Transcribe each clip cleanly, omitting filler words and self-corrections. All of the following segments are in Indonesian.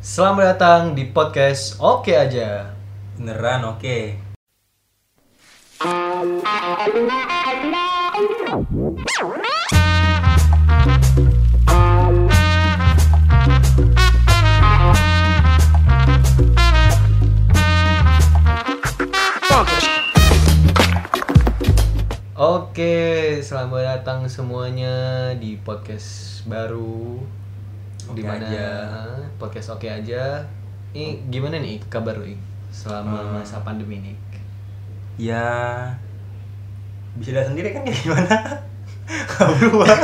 Selamat datang di podcast Oke Aja. Beneran oke. Oke, selamat datang semuanya di podcast baru. Oke Dimana Aja. podcast Oke Aja. Ini gimana nih kabar lu selama masa pandemi ini? Ya bisa lihat sendiri kan kayak gimana. Berubah.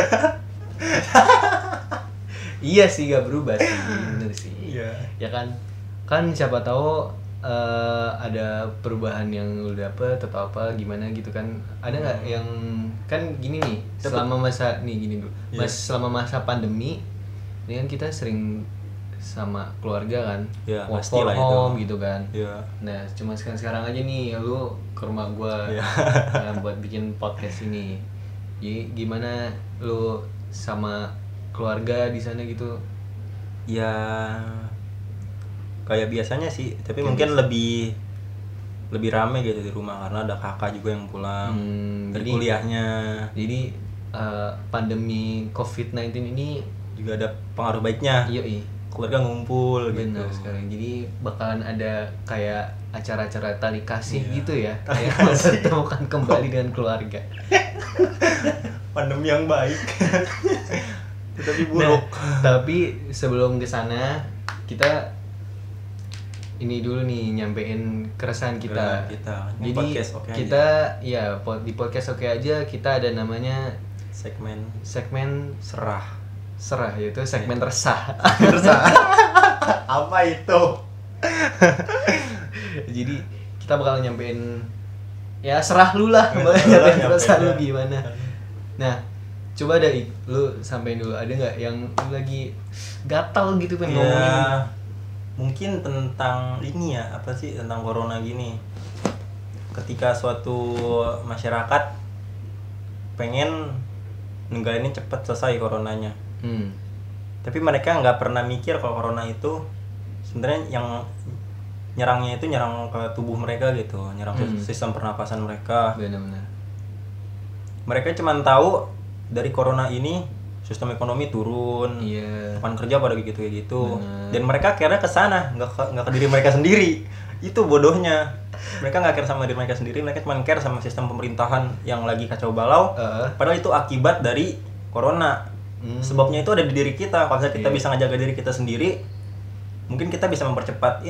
Iya sih, gak berubah sih, bener sih. Iya. Ya kan siapa tahu ada perubahan yang lu dapet atau apa gimana gitu kan. Ada nggak yang kan gini nih, selama masa nih gini dulu. Iya. Selama masa pandemi ini kan kita sering sama keluarga kan, Ya, work pasti from lah home itu. gitu kan. Iya. Nah cuma sekarang aja nih lu ke rumah gua Iya. buat bikin podcast ini. Jadi gimana lu sama keluarga di sana gitu? Ya kayak biasanya sih, tapi Kayak mungkin biasa. lebih rame gitu di rumah karena ada kakak juga yang pulang dari Jadi- kuliahnya. Jadi pandemi COVID-19 ini Juga ada pengaruh baiknya. iya Keluarga ngumpul benar gitu. sekarang. Jadi bakalan ada kayak acara-acara tali kasih Iya. gitu ya, kayak mempertemukan kembali dengan keluarga. Pandemi yang baik. Tetapi Nah, buruk. tapi sebelum ke sana kita ini dulu nih nyampein keresahan kita. Ini Jadi podcast Oke Aja. kita ya di podcast Oke Aja kita ada namanya segmen segmen serah. yaitu segmen resah. Apa itu? Jadi kita bakal nyampein ya serah lu lah Ya, boleh serah, nyampein nyampein perasaan lu ya. gimana. Nah coba deh lu sampein dulu, ada nggak yang lu lagi gatal gitu pengen ngomongin? Ya, mungkin tentang ini ya, apa sih, tentang corona gini. Ketika suatu masyarakat pengen negara ini cepat selesai coronanya, tapi mereka nggak pernah mikir kalau corona itu sebenarnya yang nyerangnya itu nyerang ke tubuh mereka gitu, nyerang sistem pernapasan mereka. Benar-benar. Mereka cuma tahu dari corona ini sistem ekonomi turun, Iya. lapangan kerja pada gitu kayak gitu. Bener. Dan mereka akhirnya ke sana, nggak ke diri mereka sendiri. Itu bodohnya. Mereka nggak care sama diri mereka sendiri, mereka cuma care sama sistem pemerintahan yang lagi kacau balau. Padahal itu akibat dari corona. Sebabnya itu ada di diri kita. Kalau misalnya kita Iya. bisa ngejaga diri kita sendiri, mungkin kita bisa mempercepat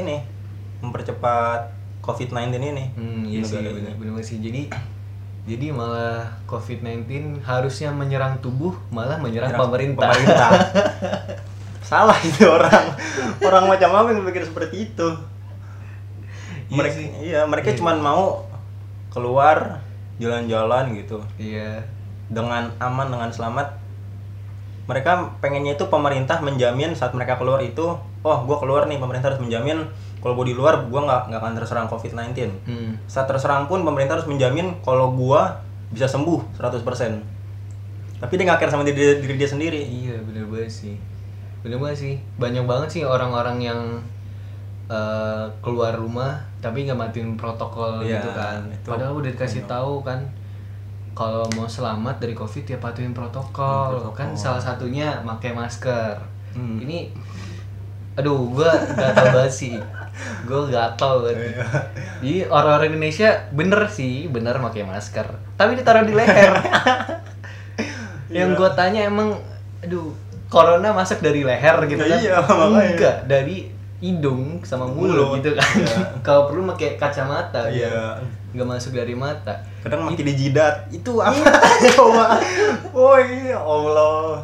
COVID-19 ini. Iya sih, Negara ini. benar sih. Jadi malah COVID-19 harusnya menyerang tubuh, malah menyerang pemerintah. Salah itu orang. Orang macam apa yang berpikir seperti itu? Iya Mereka, sih. mereka cuma mau keluar jalan-jalan gitu Iya. dengan aman, dengan selamat. Mereka pengennya itu pemerintah menjamin saat mereka keluar itu, oh gue keluar nih, pemerintah harus menjamin kalau gue di luar gue nggak akan terserang COVID-19. Saat terserang pun pemerintah harus menjamin kalau gue bisa sembuh 100%. Tapi dia nggak care sama diri dia sendiri. Iya, bener banget sih. Banyak banget sih orang-orang yang keluar rumah tapi nggak matiin protokol Iya, gitu kan. itu Padahal udah dikasih tahu kan kalau mau selamat dari COVID ya patuhin protokol. Kan salah satunya pakai masker. Ini aduh, gua gatal banget sih. Gua gatal banget. Jadi orang-orang Indonesia bener pakai masker, tapi ditaruh di leher. Yang gua tanya emang, aduh, corona masuk dari leher gitu kan? Iya, makanya. Enggak, dari hidung sama mulut gitu kan. Iya. Kalau perlu pakai kacamata, Iya. nggak masuk dari mata. Kadang mati di jidat. Itu apa? Coba. Oh iya Allah.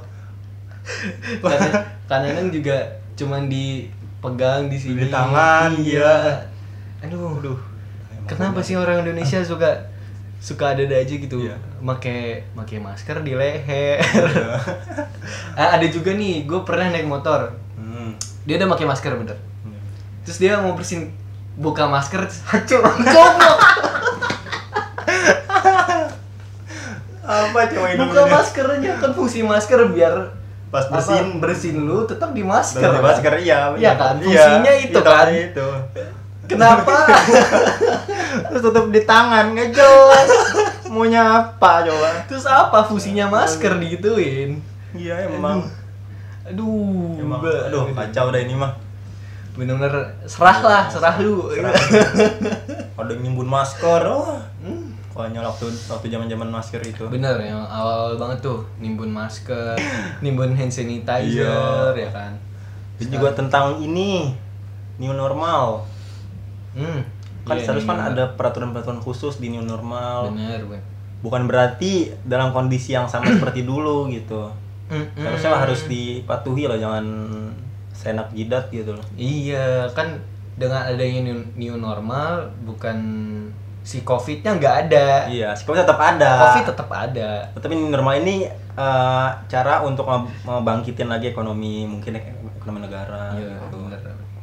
Kadang juga cuman dipegang di sini Di tangan, iya. Aduh. Kenapa sih orang Indonesia suka ada aja gitu, Iya. make masker di leher. Ada juga nih, gue pernah naik motor, dia udah pakai masker bener, terus dia mau bersihin buka masker, hancur, goblok. Apa coba ini? Buka maskernya kan fungsi masker biar Pas bersihin lu tetap di masker. Di masker iya. Iya kan? Fungsinya itu kan. Itu. Kenapa? Terus tutup di tangan, nggak jelas. Maunya apa coba? Terus apa fungsinya masker digituin? Iya emang. Aduh. Aduh kacau dah ini mah. Bener-bener serah lu. Ada yang nimbun masker. Konyol waktu zaman masker itu. Bener, yang awal banget tuh nimbun masker, nimbun hand sanitizer, ya kan. Dan juga tentang ini new normal. Kan seharusnya kan ada peraturan-peraturan khusus di new normal. Bener. Bukan berarti dalam kondisi yang sama seperti dulu gitu. Seharusnya harus dipatuhi loh, jangan seenak jidat gitu loh. Iya, kan dengan adanya new normal bukan si COVID-nya nggak ada. Iya, si COVID tetap ada. COVID tetap ada. Tapi new normal ini cara untuk membangkitin lagi ekonomi, mungkin ekonomi negara. Iya, gitu. bener.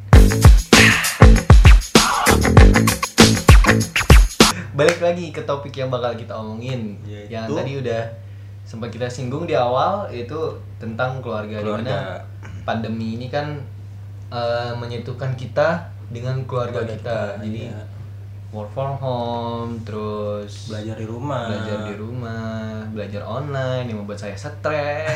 Balik lagi ke topik yang bakal kita omongin, yang tadi udah sempat kita singgung di awal, itu tentang keluarga. Dimana pandemi ini kan menyatukan kita dengan keluarga kita. Jadi work from home, terus belajar di rumah, belajar online yang membuat saya stres.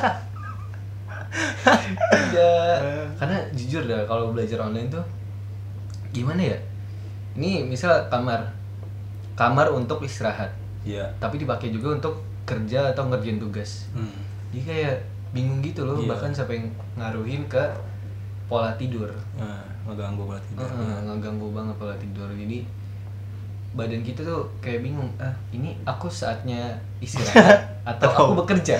Karena jujur dah, kalau belajar online tuh gimana ya? Ini misal kamar untuk istirahat, tapi dipakai juga untuk kerja atau ngerjain tugas. Jadi kayak bingung gitu loh, bahkan sampai ngaruhin ke pola tidur. Ngeganggu pola tidur. Ngeganggu banget pola tidur. Jadi badan kita tuh kayak bingung, ini aku saatnya istirahat atau aku bekerja.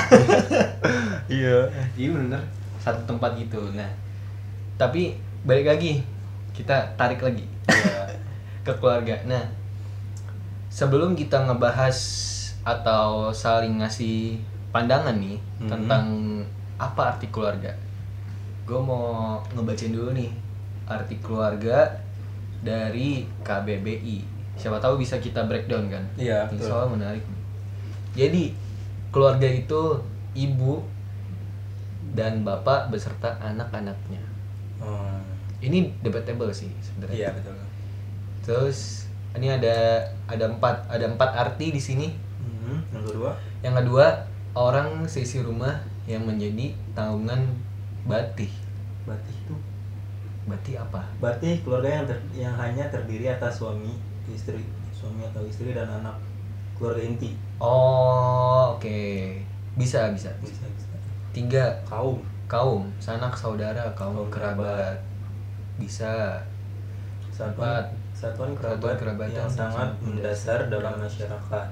Iya bener, satu tempat gitu. Nah, tapi balik lagi, kita tarik lagi ke keluarga. Nah, sebelum kita ngebahas atau saling ngasih pandangan nih tentang apa arti keluarga, gue mau ngebacain dulu nih arti keluarga dari KBBI. Siapa tahu bisa kita breakdown kan? Iya, ini soal menarik. Jadi keluarga itu ibu dan bapak beserta anak-anaknya. Ini debatable sih sebenarnya. Iya betul. Terus ini ada empat arti di sini. Yang kedua, orang seisi rumah yang menjadi tanggungan Bati itu? Bati apa? Bati keluarga yang hanya terdiri atas suami atau istri dan anak, keluarga inti. Oh, oke. Bisa. Tiga, kaum, sanak saudara, kaum kerabat. Bisa. Satuan kerabat yang sangat mendasar dalam masyarakat.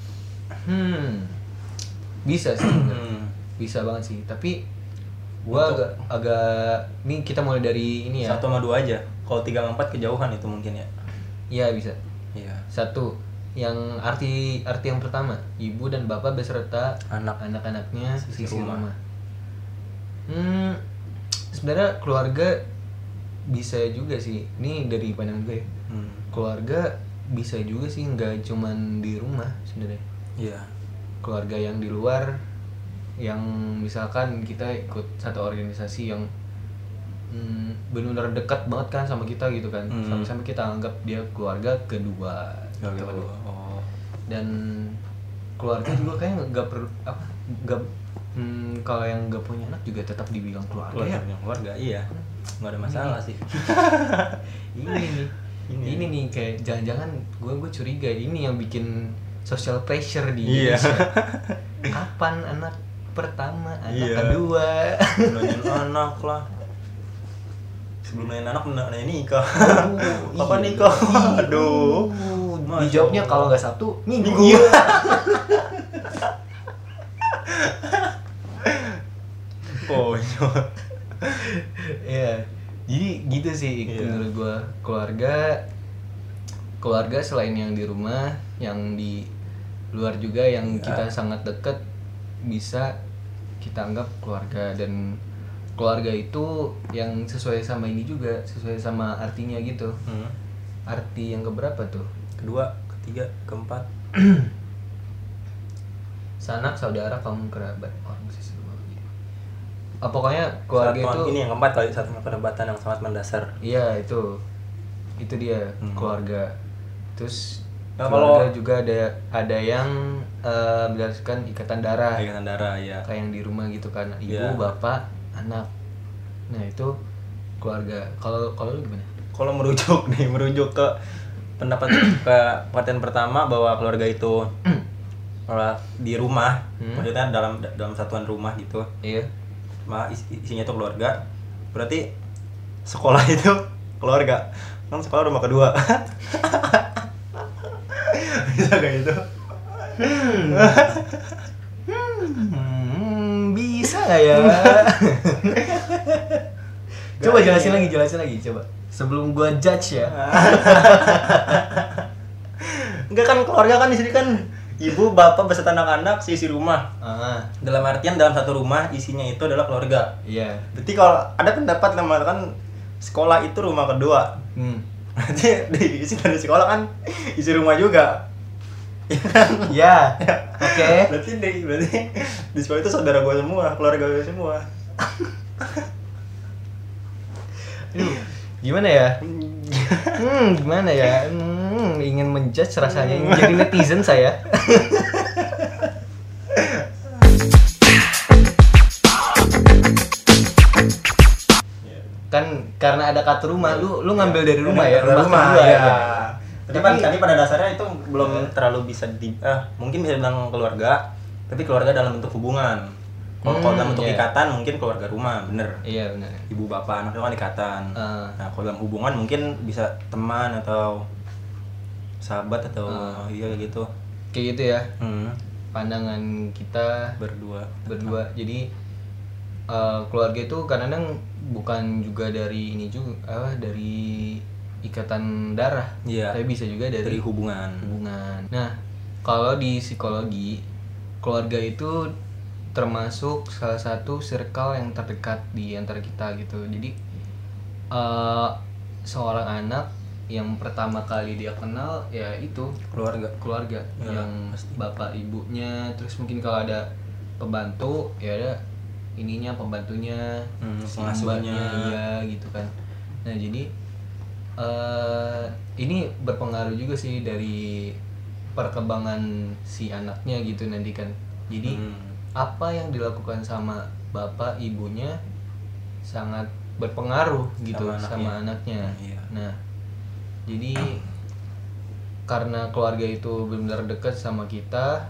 Bisa sih. Bisa banget sih. Tapi gua agak ini kita mulai dari ini ya. 1 sama 2 aja. Kalau 3 sama 4 kejauhan itu mungkin ya. Iya bisa. Iya. 1 yang arti yang pertama, ibu dan bapak beserta anak-anaknya sisi rumah. Sebenarnya keluarga bisa juga sih. Ini dari pandangan gue. Keluarga bisa juga sih, nggak cuman di rumah sebenarnya. Iya. Keluarga yang di luar, yang misalkan kita ikut satu organisasi yang benar-benar dekat banget kan sama kita gitu kan, sampai kita anggap dia keluarga kedua. Dan keluarga juga kayaknya nggak perlu kalau yang nggak punya anak juga tetap dibilang keluarga. Keluarga iya, nggak ada masalah sih. ini nih kayak jangan-jangan gue curiga ini yang bikin social pressure di Indonesia. Kapan anak pertama, anak kedua? Nanyain anak lah. Sebelum nanya anak, nanya nikah. Kapan nikah? Aduh. Dijawabnya kalau nggak Sabtu, Minggu. Ya, jadi gitu sih menurut gue. Keluarga selain yang di rumah, yang di luar juga yang kita sangat dekat, bisa kita anggap keluarga. Dan keluarga itu yang sesuai sama ini juga, sesuai sama artinya gitu. Arti yang keberapa tuh? Kedua, ketiga, keempat. Sanak saudara, kaum kerabat, orang sisi rumah. pokoknya keluarga Satuan itu ini yang keempat kali, satu perdebatan yang sangat mendasar. iya itu dia keluarga. Terus Nah, keluarga kalau juga ada yang berdasarkan ikatan darah ikatan darah ya. kayak yang di rumah gitu kan, ibu Iya. bapak anak. Nah itu keluarga. Kalau lu gimana? Kalau merujuk ke pendapat ke pertanyaan pertama bahwa keluarga itu di rumah, maksudnya dalam satuan rumah gitu. Iya. Isinya itu keluarga. Berarti sekolah itu keluarga. Kan sekolah rumah kedua. Bisa kayak gitu. Bisa nggak ya? Coba jelasin lagi coba. Sebelum gua judge ya. Enggak, kan keluarga kan di sini kan ibu, bapak beserta anak-anak seisi rumah. Dalam artian dalam satu rumah isinya itu adalah keluarga. Iya. Berarti kalau ada pendapat yang mengatakan sekolah itu rumah kedua. Berarti dari sekolah kan isi rumah juga. Ya kan? Ya. Oke. Berarti di sekolah itu saudara gue semua, keluarga gue semua. Gimana ya? Gimana ya? Ingin menjudge rasanya, ingin jadi netizen saya. Kan karena ada kartu rumah, lu ngambil dari rumah ya, rumah kedua ya. Tapi pada dasarnya itu belum terlalu bisa mungkin bisa bilang keluarga, tapi keluarga dalam bentuk hubungan. Kalau dalam bentuk ikatan mungkin keluarga rumah, bener. Iya benar. Ibu bapak anak itu kan ikatan. Nah kalau dalam hubungan mungkin bisa teman atau sahabat atau iya gitu. Kayak gitu ya. Pandangan kita berdua. Jadi keluarga itu kadang-kadang bukan juga dari ini juga dari ikatan darah, tapi bisa juga dari hubungan. Nah, kalau di psikologi, keluarga itu termasuk salah satu circle yang terdekat di antara kita gitu. Jadi seorang anak yang pertama kali dia kenal ya itu keluarga ya, yang pasti. Bapak ibunya, terus mungkin kalau ada pembantu ya ada ininya pembantunya, pengasuhnya iya gitu kan. Nah jadi ini berpengaruh juga sih dari perkembangan si anaknya gitu nanti kan. Jadi apa yang dilakukan sama bapak ibunya sangat berpengaruh gitu sama anaknya. Nah jadi karena keluarga itu benar-benar dekat sama kita,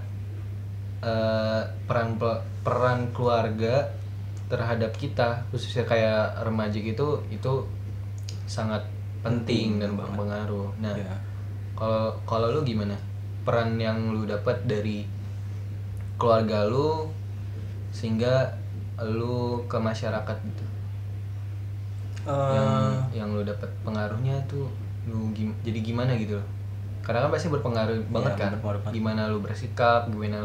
peran keluarga terhadap kita khususnya kayak remaja gitu itu sangat penting dan berpengaruh. Nah kalau lu gimana, peran yang lu dapat dari keluarga lu sehingga lu ke masyarakat gitu, yang lu dapat pengaruhnya tuh lu jadi gimana gitu loh, karena kan pasti berpengaruh banget kan, gimana lu bersikap, gimana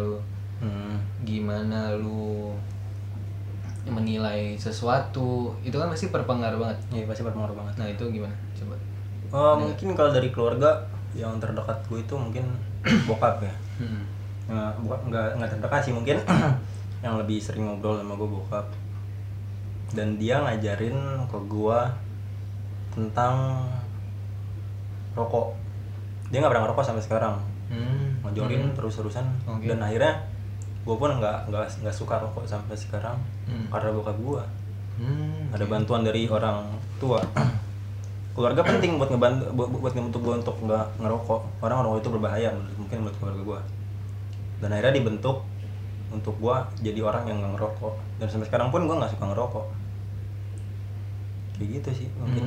lu menilai sesuatu, itu kan pasti berpengaruh banget. Iya pasti berpengaruh banget. Nah itu gimana coba? Mungkin kalau dari keluarga yang terdekat gue itu mungkin bokap ya. Nggak terdekat sih, mungkin yang lebih sering ngobrol sama gue bokap, dan dia ngajarin ke gue tentang rokok. Dia nggak pernah ngerokok sampai sekarang, ngajarin terus-terusan. Dan akhirnya gue pun nggak suka rokok sampai sekarang karena bokap gue. Ada bantuan dari orang tua. Keluarga penting buat ngebantu gue untuk nggak ngerokok. Orang itu berbahaya mungkin buat keluarga gue. Dan akhirnya dibentuk untuk gue jadi orang yang nggak ngerokok. Dan sampai sekarang pun gue nggak suka ngerokok. Kayak gitu sih mungkin.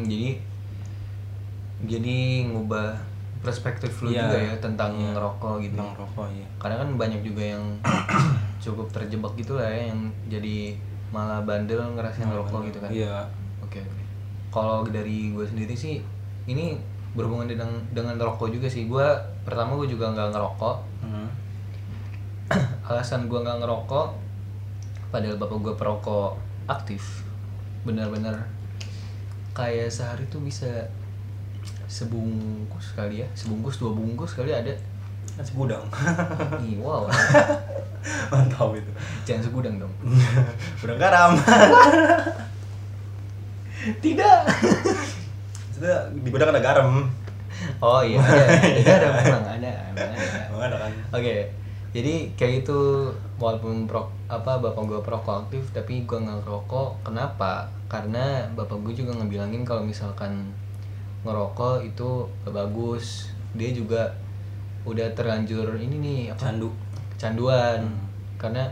Jadi ngubah perspektif lu juga ya tentang ngerokok gitu. Tentang rokok ya. Karena kan banyak juga yang cukup terjebak gitu lah ya, yang jadi malah bandel ngerasain ngerokok gitu kan. Iya. Oke. Kalau dari gue sendiri sih ini berhubungan dengan rokok juga sih. Gue juga nggak ngerokok. Alasan gue nggak ngerokok, padahal bapak gue perokok aktif, benar-benar kayak sehari tuh bisa sebungkus kali ya, 2 bungkus kali ada. Nasi gudang. Ih, wow. Mantap itu. Jangan segudang dong. Udang garam. Tidak. Maksudnya di gudang ada garam. Oh iya, ada memang ada. Emang ada kan? Oke. Jadi kayak itu, walaupun bapak gue perokok aktif tapi gue nggak ngerokok. Kenapa? Karena bapak gue juga ngebilangin kalau misalkan ngerokok itu gak bagus. Dia juga udah terlanjur ini nih kecanduan. Karena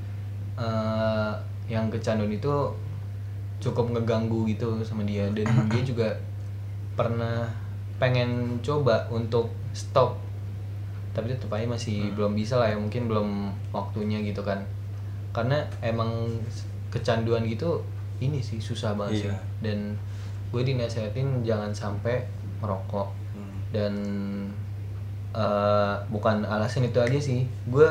yang kecanduan itu cukup ngeganggu gitu sama dia, dan dia juga pernah pengen coba untuk stop, tapi tetap aja masih belum bisa lah ya, mungkin belum waktunya gitu kan, karena emang kecanduan gitu ini sih susah banget sih. Dan gue dinasehatin jangan sampai merokok. Dan bukan alasan itu aja sih, gue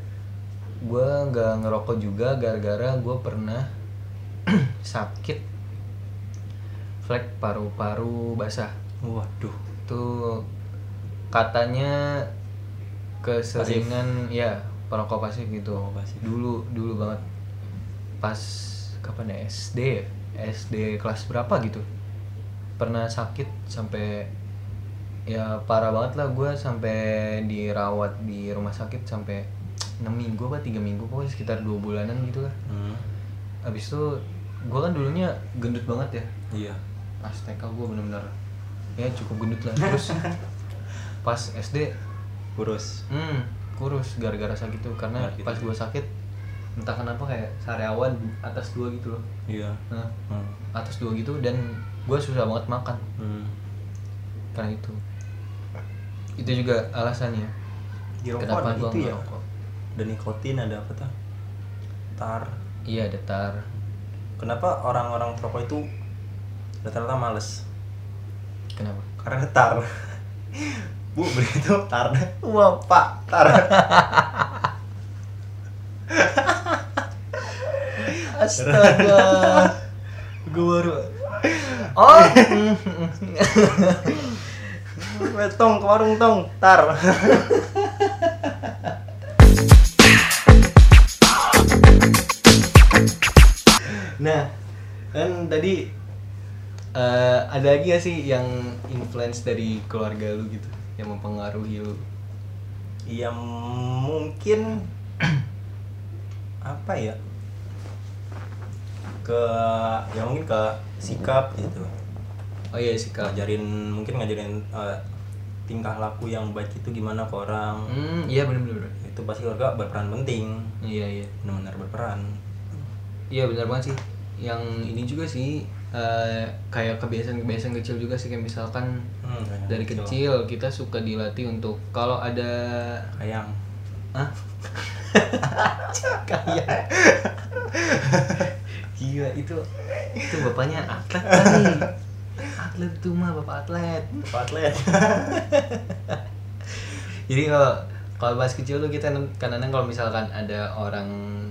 nggak ngerokok juga gara-gara gue pernah sakit flek paru-paru basah. Waduh, Tuh katanya keseringan pasif. Ya perokok pasif gitu. Dulu banget pas kapan ya, SD kelas berapa gitu, pernah sakit sampai ya parah banget lah. Gue sampai dirawat di rumah sakit sampai 6 minggu apa 3 minggu, pokoknya sekitar 2 bulanan gitu lah. Abis itu gue kan dulunya gendut banget ya. Iya. Pas TK gue bener-bener ya cukup gendut lah. Terus pas SD kurus gara-gara sakit tuh, karena pas gue sakit entah kenapa kayak sariawan atas 2 gitu loh. Iya. Atas 2 gitu, dan gue susah banget makan. Karena itu juga alasannya kenapa gue gitu ngerokok. Ada nikotin, ada apa tuh? Tar. Iya, ada tar. Kenapa orang-orang perokok itu rata-rata males? Kenapa? Karena tar. Bu, beli itu tar. Wah, Pak, tar. Astaga. Gue baru. Oh. Tong ke warung tong, tar. Nah, kan tadi ada lagi gak sih yang influence dari keluarga lu gitu, yang mempengaruhi lu? Ya mungkin apa ya, mungkin ke sikap gitu. Oh iya, sikap. Ngajarin tingkah laku yang baik itu gimana ke orang. Iya benar. Itu pasti keluarga berperan penting. Iya. Benar-benar berperan. Iya benar banget sih. Yang ini juga sih kayak kebiasaan kecil juga sih, kayak misalkan dari kecil kita suka dilatih untuk kalau ada kayang. Hah? Kayang. Gila, itu bapaknya atlet kali. Atlet tuh mah, bapak atlet. Jadi kalau pas kecil tuh kita kadang-kadang kalau misalkan ada orang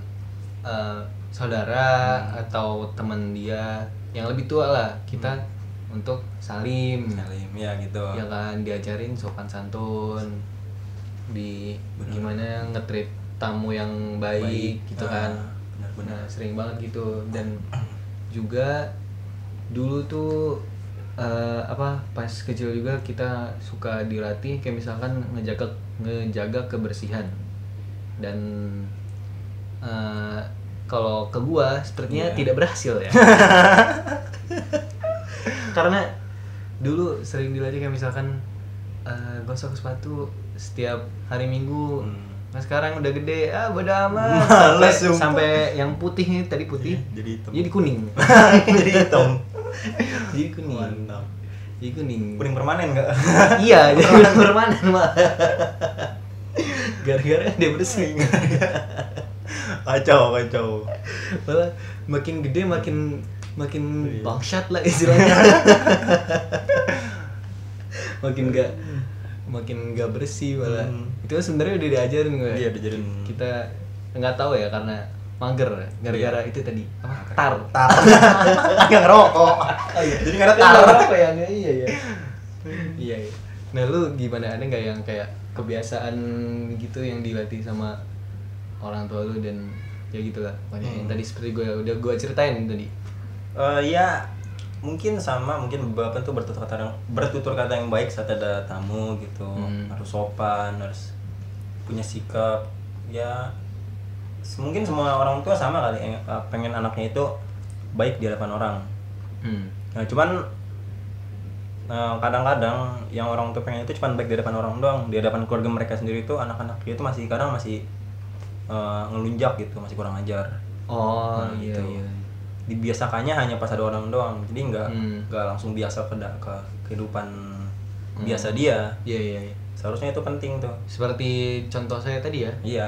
saudara atau teman dia yang lebih tua lah, kita untuk salim ya gitu. Ya kan, diajarin sopan santun, gimana nge-treat tamu yang baik gitu kan. Benar, sering banget gitu. Dan juga dulu tuh pas kecil juga kita suka dilatih kayak misalkan ngejaga kebersihan. Dan kalau ke gua sepertinya tidak berhasil ya. Karena dulu sering dilatih kayak misalkan gosok sepatu setiap hari Minggu. Nah sekarang udah gede, bodo amat. Sampai yang putih nih, tadi putih jadi kuning. Jadi hitam. Jadi kuning. Mantap. Jadi kuning. Kuning permanen enggak? Iya, jadi kuning permanen mah. Gara-gara dia bersih. Kacau. Malah makin gede makin bangsat lah istilahnya. makin gak bersih malah. Itu sebenarnya udah diajarin gue. Iya, diajarin. Kita nggak tahu ya karena mager gara-gara itu tadi apa? Tar. Nggak ngerokok. Jadi nggak ada tar. Apa ya? Iya. Nah lu gimana, ada nggak yang kayak kebiasaan gitu yang dilatih sama orang tua lu dan ya gitulah pokoknya yang tadi seperti udah gue ceritain tadi. Ya mungkin beberapa tuh bertutur kata yang baik saat ada tamu gitu, harus sopan, harus punya sikap. Ya mungkin semua orang tua sama kali, pengen anaknya itu baik di hadapan orang. Nah cuman kadang-kadang yang orang tua pengen itu cuma baik di hadapan orang doang, di hadapan keluarga mereka sendiri itu anak-anak itu masih ngelunjak gitu, masih kurang ajar. Iya gitu. iya. Dibiasakannya hanya pas ada orang doang, jadi nggak langsung biasa ke kehidupan biasa dia. Iya. Seharusnya itu penting tuh. Seperti contoh saya tadi ya. Iya.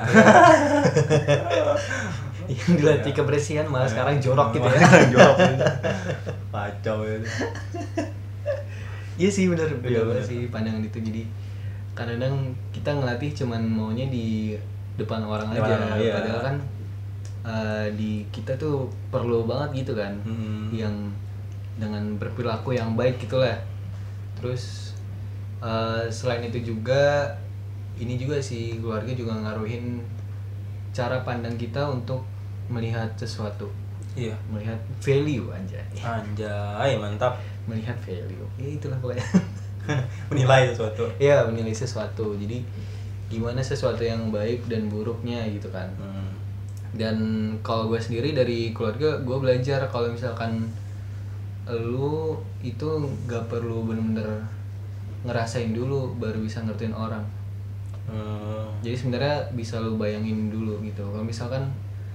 Yang dilatih kebersihan malah sekarang jorok gitu ya. Jorok. Kacau itu. Iya sih benar sih pandangan itu. Jadi kadang-kadang kita ngelatih cuman maunya di depan orang aja, iya. padahal kan di kita tuh perlu banget gitu kan, yang dengan berperilaku yang baik gitulah. Terus selain itu juga ini juga sih, keluarga juga ngaruhin cara pandang kita untuk melihat sesuatu. Iya. Melihat value anjay, mantap. melihat value ya itulah pokoknya. Menilai sesuatu. Iya, menilai sesuatu. Jadi gimana sesuatu yang baik dan buruknya gitu kan. Dan kalau gue sendiri dari keluarga, gue belajar kalau misalkan lu itu gak perlu bener-bener ngerasain dulu baru bisa ngertiin orang. Jadi sebenarnya bisa lu bayangin dulu gitu. Kalau misalkan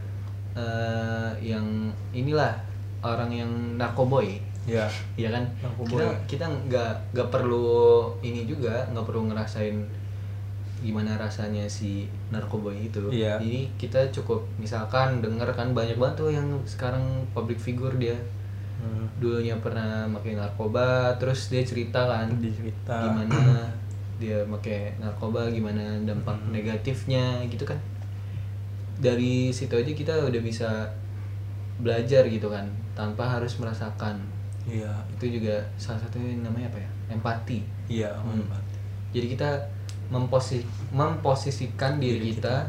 yang inilah orang yang narkoboy, Iya. iya kan, Narkoboy. kita nggak perlu ini juga, nggak perlu ngerasain gimana rasanya si narkoboy itu. Iya. Jadi kita cukup misalkan denger kan banyak banget tuh yang sekarang public figure, dia dulunya pernah pakai narkoba, terus dia cerita kan gimana dia pakai narkoba, gimana dampak negatifnya gitu kan. Dari situ aja kita udah bisa belajar gitu kan, tanpa harus merasakan. Iya. Itu juga salah satunya namanya apa ya, empati. Iya. Jadi kita memposisikan diri kita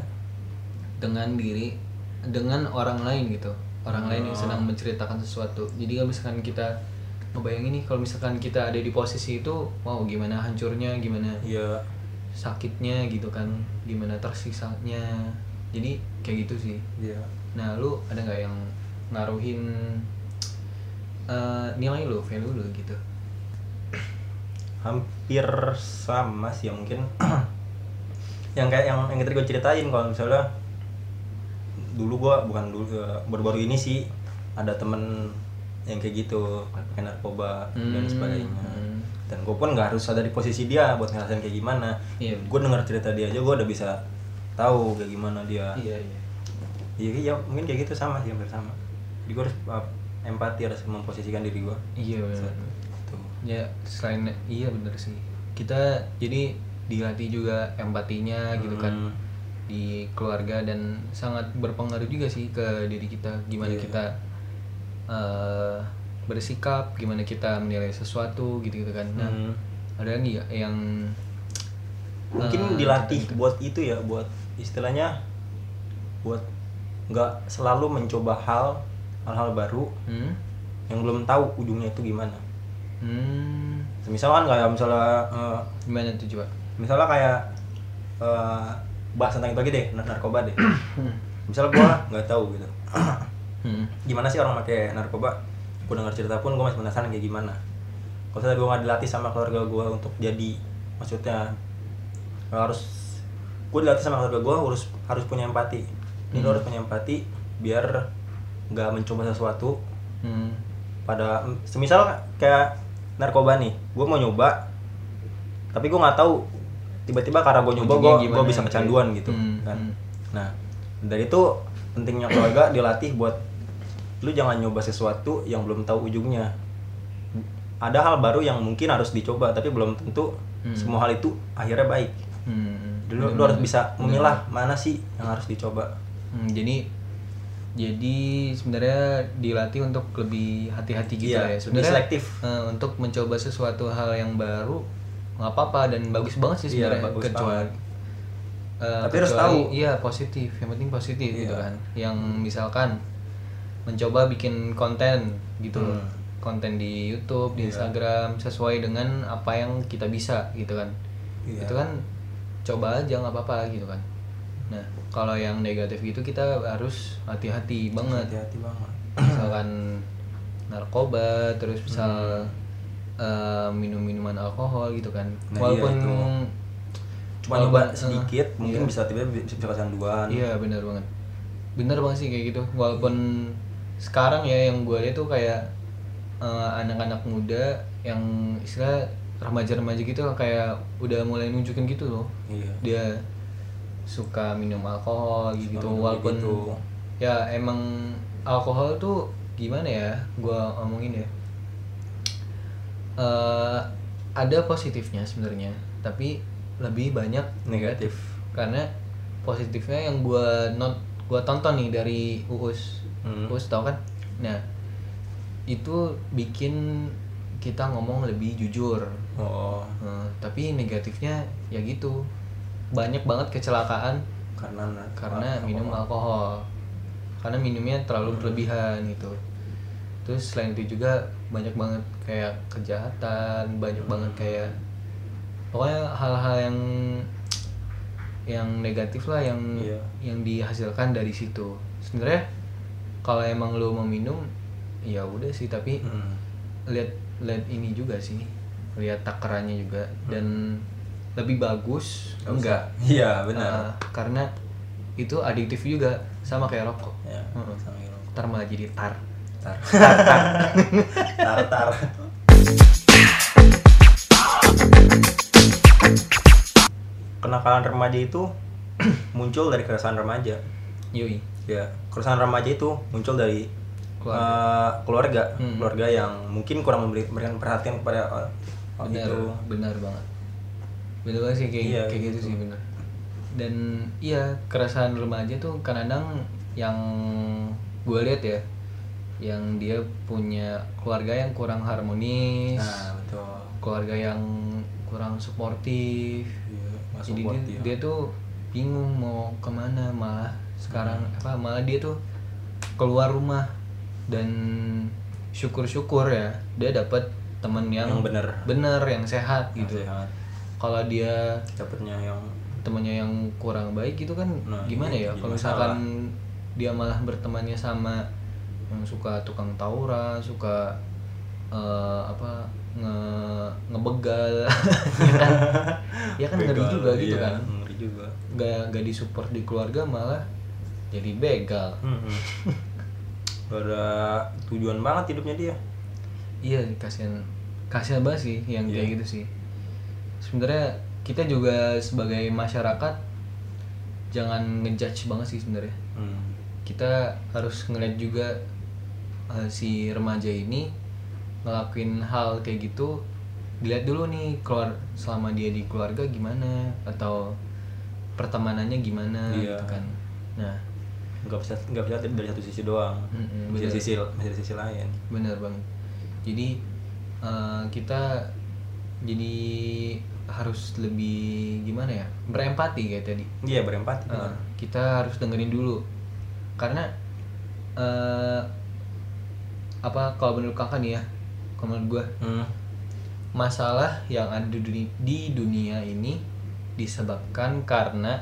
dengan orang lain gitu, orang lain yang sedang menceritakan sesuatu. Jadi kalau misalkan kita ngebayangin nih, kalau misalkan kita ada di posisi itu, wow gimana hancurnya, gimana sakitnya gitu kan, gimana tersiksanya. Jadi kayak gitu sih. Iya. Nah lu ada nggak yang ngaruhin nilai lu, value lu gitu? Hampir sama sih ya, mungkin yang kayak yang tadi gue ceritain. Kalau misalnya dulu gue baru-baru ini sih ada temen yang kayak gitu pakai narkoba dan sebagainya. Dan gue pun nggak harus ada di posisi dia buat ngerasain kayak gimana. Iya. Gue denger cerita dia aja gue udah bisa tahu kayak gimana dia. Iya mungkin kayak gitu, sama sih, hampir sama. Jadi gue harus empati, harus memposisikan diri gue. Iya benar. Ya selain iya benar sih, kita jadi dilatih juga empatinya gitu kan di keluarga, dan sangat berpengaruh juga sih ke diri kita, gimana kita bersikap, gimana kita menilai sesuatu gitu kan. Nah ada nih yang mungkin dilatih buat itu ya, buat istilahnya buat nggak selalu mencoba hal-hal baru yang belum tahu ujungnya itu gimana. Misalkan kayak gimana tuh coba? Misalnya kayak bahas tentang itu lagi deh, narkoba deh. Misalnya gue nggak tahu gitu, gimana sih orang pakai narkoba. Gue dengar cerita pun gue masih penasaran kayak gimana. Kalau misalnya gue nggak dilatih sama keluarga gue untuk jadi, maksudnya gue dilatih sama keluarga gue harus punya empati. Ini lo harus punya empati biar nggak mencoba sesuatu. Pada semisal kayak narkoba nih, gue mau nyoba tapi gue nggak tahu, tiba-tiba karena gue nyoba gue bisa kecanduan gitu kan. Nah dari itu pentingnya keluarga dilatih buat lu jangan nyoba sesuatu yang belum tahu ujungnya. Ada hal baru yang mungkin harus dicoba tapi belum tentu semua hal itu akhirnya baik. Lu harus bisa memilah mana sih yang harus dicoba. Jadi sebenarnya dilatih untuk lebih hati-hati gitu ya. Sebenarnya selektif. Untuk mencoba sesuatu hal yang baru, nggak apa-apa dan bagus banget sih Iya, sebenarnya, bagus kecuali banget. Tapi harus tahu. iya positif, yang penting positif gitu Iya. kan. Yang misalkan mencoba bikin konten gitu loh, konten di YouTube, di Iya. Instagram sesuai dengan apa yang kita bisa gitu kan. Iya. Itu kan coba aja nggak apa-apa gitu kan. Nah kalau yang negatif gitu kita harus hati-hati banget. Hati-hati banget. Misalkan narkoba, terus misal minum-minuman alkohol gitu kan. Nah, Walaupun iya, itu. Cuma nyoba sedikit, mungkin iya. bisa tiba-tiba bisa kecanduan. Iya benar banget sih kayak gitu. Walaupun sekarang ya yang gue lihat tuh kayak anak-anak muda yang istilah remaja-remaja gitu kayak udah mulai nunjukin gitu loh. Iya. Dia suka minum alkohol gitu. minum Walaupun gitu. ya emang alkohol tuh gimana ya? Gue ngomongin ya. Ada positifnya sebenarnya, tapi lebih banyak Negatif. karena positifnya yang gua tonton nih dari Uus. Uus tau kan? Nah itu bikin kita ngomong lebih jujur. Oh, Tapi negatifnya ya gitu, banyak banget kecelakaan karena minum alkohol, karena minumnya terlalu berlebihan gitu. Terus selain itu juga banyak banget kayak kejahatan, banyak banget kayak pokoknya hal-hal yang negatif lah yang Iya. yang dihasilkan dari situ. Sebenarnya kalau emang lu mau minum ya udah sih, tapi lihat ini juga sih, lihat takarannya juga dan lebih bagus enggak. Iya, benar. Karena itu adiktif juga sama kayak rokok. Ya, sama hero. Ntar malah jadi tar. Tar. Kenakalan remaja itu muncul dari keresahan remaja. Yoi. Ya, keresahan remaja itu muncul dari keluarga yang mungkin kurang memberikan perhatian kepada benar banget sih kayak gitu sih, benar. Dan iya keresahan remaja tuh kadang yang gue lihat ya, yang dia punya keluarga yang kurang harmonis, Nah, betul. keluarga yang kurang suportif. Iya, nggak Jadi support dia tuh bingung mau kemana, malah sekarang malah dia tuh keluar rumah. Dan syukur-syukur ya dia dapat teman yang bener yang sehat gitu. Kalau dia dapatnya yang temannya yang kurang baik gitu kan, gimana ya kalau misalkan dia malah bertemannya sama yang suka tukang tawuran, suka ngebegal ya kan ngeri juga gitu kan. Ngeri juga. Gak disupport di keluarga malah jadi begal. Gak ada tujuan banget hidupnya dia. Iya, kasihan banget sih yang kayak gitu sih. Sebenarnya kita juga sebagai masyarakat jangan ngejudge banget sih sebenarnya. Kita harus ngeliat juga si remaja ini ngelakuin hal kayak gitu, dilihat dulu nih selama dia di keluarga gimana atau pertemanannya gimana gitu kan. Nah, nggak bisa dari satu sisi doang, masih dari sisi lain. Bener banget. Jadi kita jadi harus lebih gimana ya, berempati kayak tadi. Iya, berempati. Kita harus dengerin dulu karena kalau menurut kakak nih ya, kalau menurut gue masalah yang ada di dunia ini disebabkan karena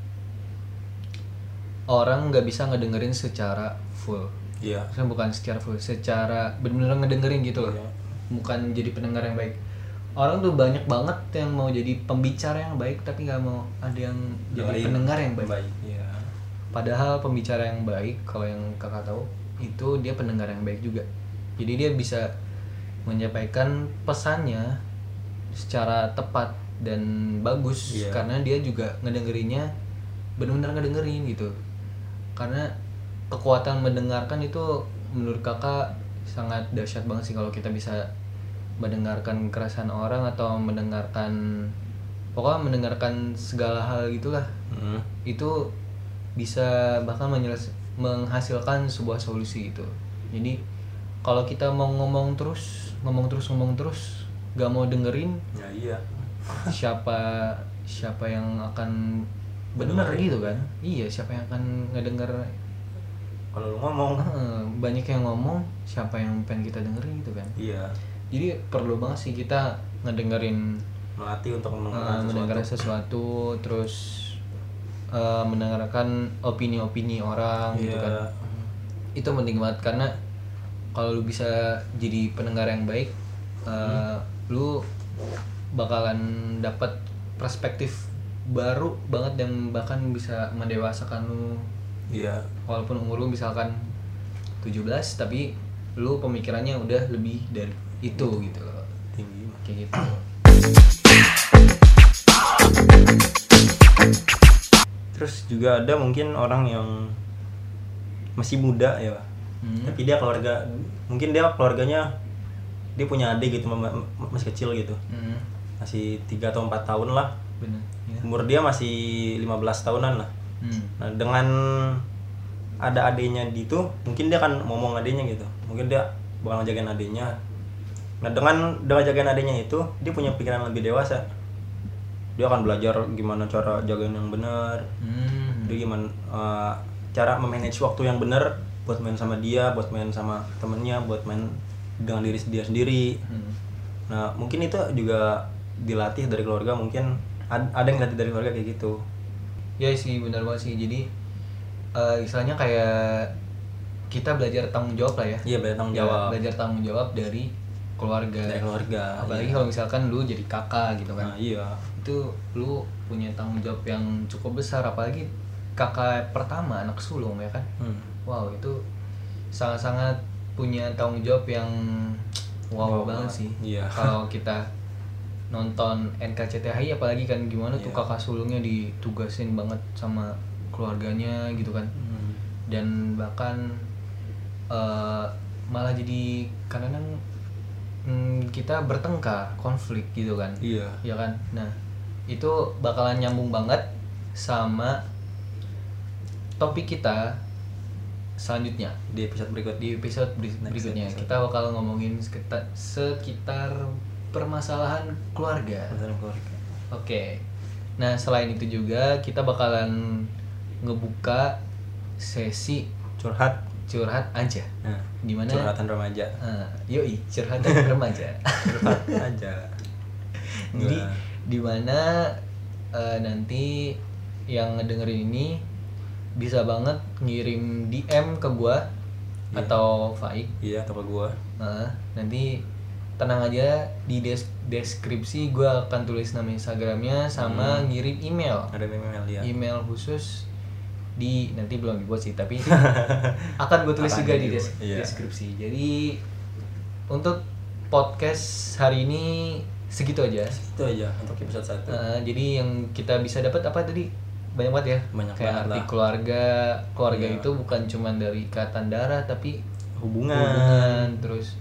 orang nggak bisa ngedengerin secara full. Iya. Bukan secara full, secara benar-benar ngedengerin gitu loh. Iya. Bukan jadi pendengar yang baik. Orang tuh banyak banget yang mau jadi pembicara yang baik tapi nggak mau ada yang jadi pendengar yang baik. Iya. Padahal pembicara yang baik, kalau yang kakak tahu, itu dia pendengar yang baik juga. Jadi dia bisa menyampaikan pesannya secara tepat dan bagus. Iya. Karena dia juga ngedengerinnya benar-benar ngedengerin gitu. Karena kekuatan mendengarkan itu menurut kakak sangat dahsyat banget sih kalau kita bisa mendengarkan keresahan orang atau pokoknya mendengarkan segala hal gitulah. Itu bisa bahkan menghasilkan sebuah solusi gitu. Jadi kalau kita mau ngomong terus gak mau dengerin, ya iya, siapa yang akan benar gitu kan. Iya, siapa yang akan ngedenger kalau lu ngomong. Banyak yang ngomong, siapa yang pengen kita dengerin gitu kan. Iya, jadi perlu banget sih kita ngedengerin, melatih untuk mendengar sesuatu, terus mendengarkan opini-opini orang gitu kan. Itu penting banget, karena kalau lu bisa jadi pendengar yang baik, lu bakalan dapat perspektif baru banget yang bahkan bisa mendewasakan lu. Iya. Walaupun umur lu misalkan 17, tapi lu pemikirannya udah lebih dari itu gitu loh. Tinggi kayak gitu. Terus juga ada mungkin orang yang masih muda ya, tapi dia keluarganya dia punya adik gitu, masih kecil gitu, masih 3 atau 4 tahun lah. Bener, ya. Umur dia masih 15 tahunan lah. Nah, dengan ada adiknya gitu, mungkin dia akan ngomong adiknya gitu, mungkin dia bakal jagain adiknya. Nah, dengan jagain adiknya itu, dia punya pikiran lebih dewasa. Dia akan belajar gimana cara jagain yang benar, dia gimana cara memanage waktu yang benar buat main sama dia, buat main sama temennya, buat main dengan diri dia sendiri. Nah, mungkin itu juga dilatih dari keluarga, mungkin ada yang dilatih dari keluarga kayak gitu. Ya sih, benar banget sih. Jadi istilahnya kayak kita belajar tanggung jawab lah ya. Iya, belajar tanggung jawab dari keluarga. Apalagi iya. kalau misalkan lu jadi kakak gitu kan. Nah, iya. Itu lu punya tanggung jawab yang cukup besar, apalagi kakak pertama, anak sulung ya kan. Wow, itu sangat-sangat punya tanggung jawab yang wow banget sih. Iya. Kalau kita nonton NKCTHI apalagi kan, gimana tuh kakak sulungnya ditugasin banget sama keluarganya gitu kan. Dan bahkan malah jadi kadang-kadang kita bertengkar, konflik gitu kan. Iya. Ya kan. Nah, itu bakalan nyambung banget sama topik kita selanjutnya Di episode berikutnya. Kita bakal ngomongin sekitar permasalahan keluarga. Oke. Nah, selain itu juga kita bakalan ngebuka sesi curhat aja. Nah, Dimana curhatan remaja. Yoi, curhatan remaja. Curhat aja. Jadi dimana nanti yang ngedengerin ini bisa banget ngirim DM ke gua atau Faik. Iya, atau ke gua. Nanti tenang aja, di deskripsi gua akan tulis nama Instagramnya sama ngirim email. Ada email ya. Email khusus nanti belum dibuat sih, tapi akan gue tulis juga di deskripsi. Jadi untuk podcast hari ini segitu aja untuk episode 1. Jadi yang kita bisa dapat apa tadi, banyak banget ya, kayak arti keluarga itu bukan cuma dari ikatan darah, tapi hubungan terus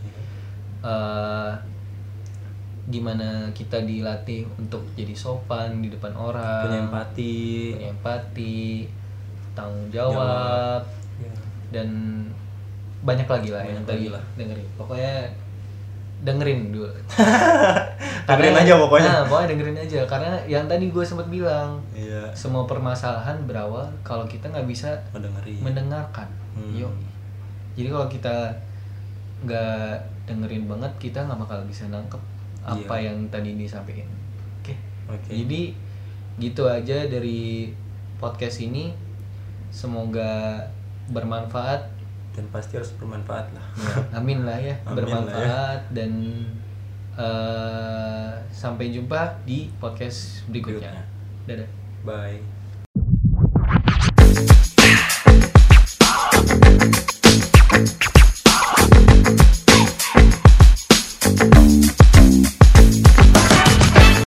gimana kita dilatih untuk jadi sopan di depan orang, punya empati, tanggung jawab. Dan banyak lagi lah yang tadi dengerin. Pokoknya dengerin dulu. Dengerin aja pokoknya. Pokoknya dengerin aja, karena yang tadi gue sempat bilang, iya, semua permasalahan berawal kalau kita nggak bisa mendengarkan. Jadi kalau kita nggak dengerin banget, kita nggak bakal bisa nangkep apa yang tadi disampaikan. Oke. Jadi gitu aja dari podcast ini. Semoga bermanfaat, dan pasti harus bermanfaat lah. Amin lah ya. Bermanfaat dan sampai jumpa di podcast berikutnya. Dadah. Bye.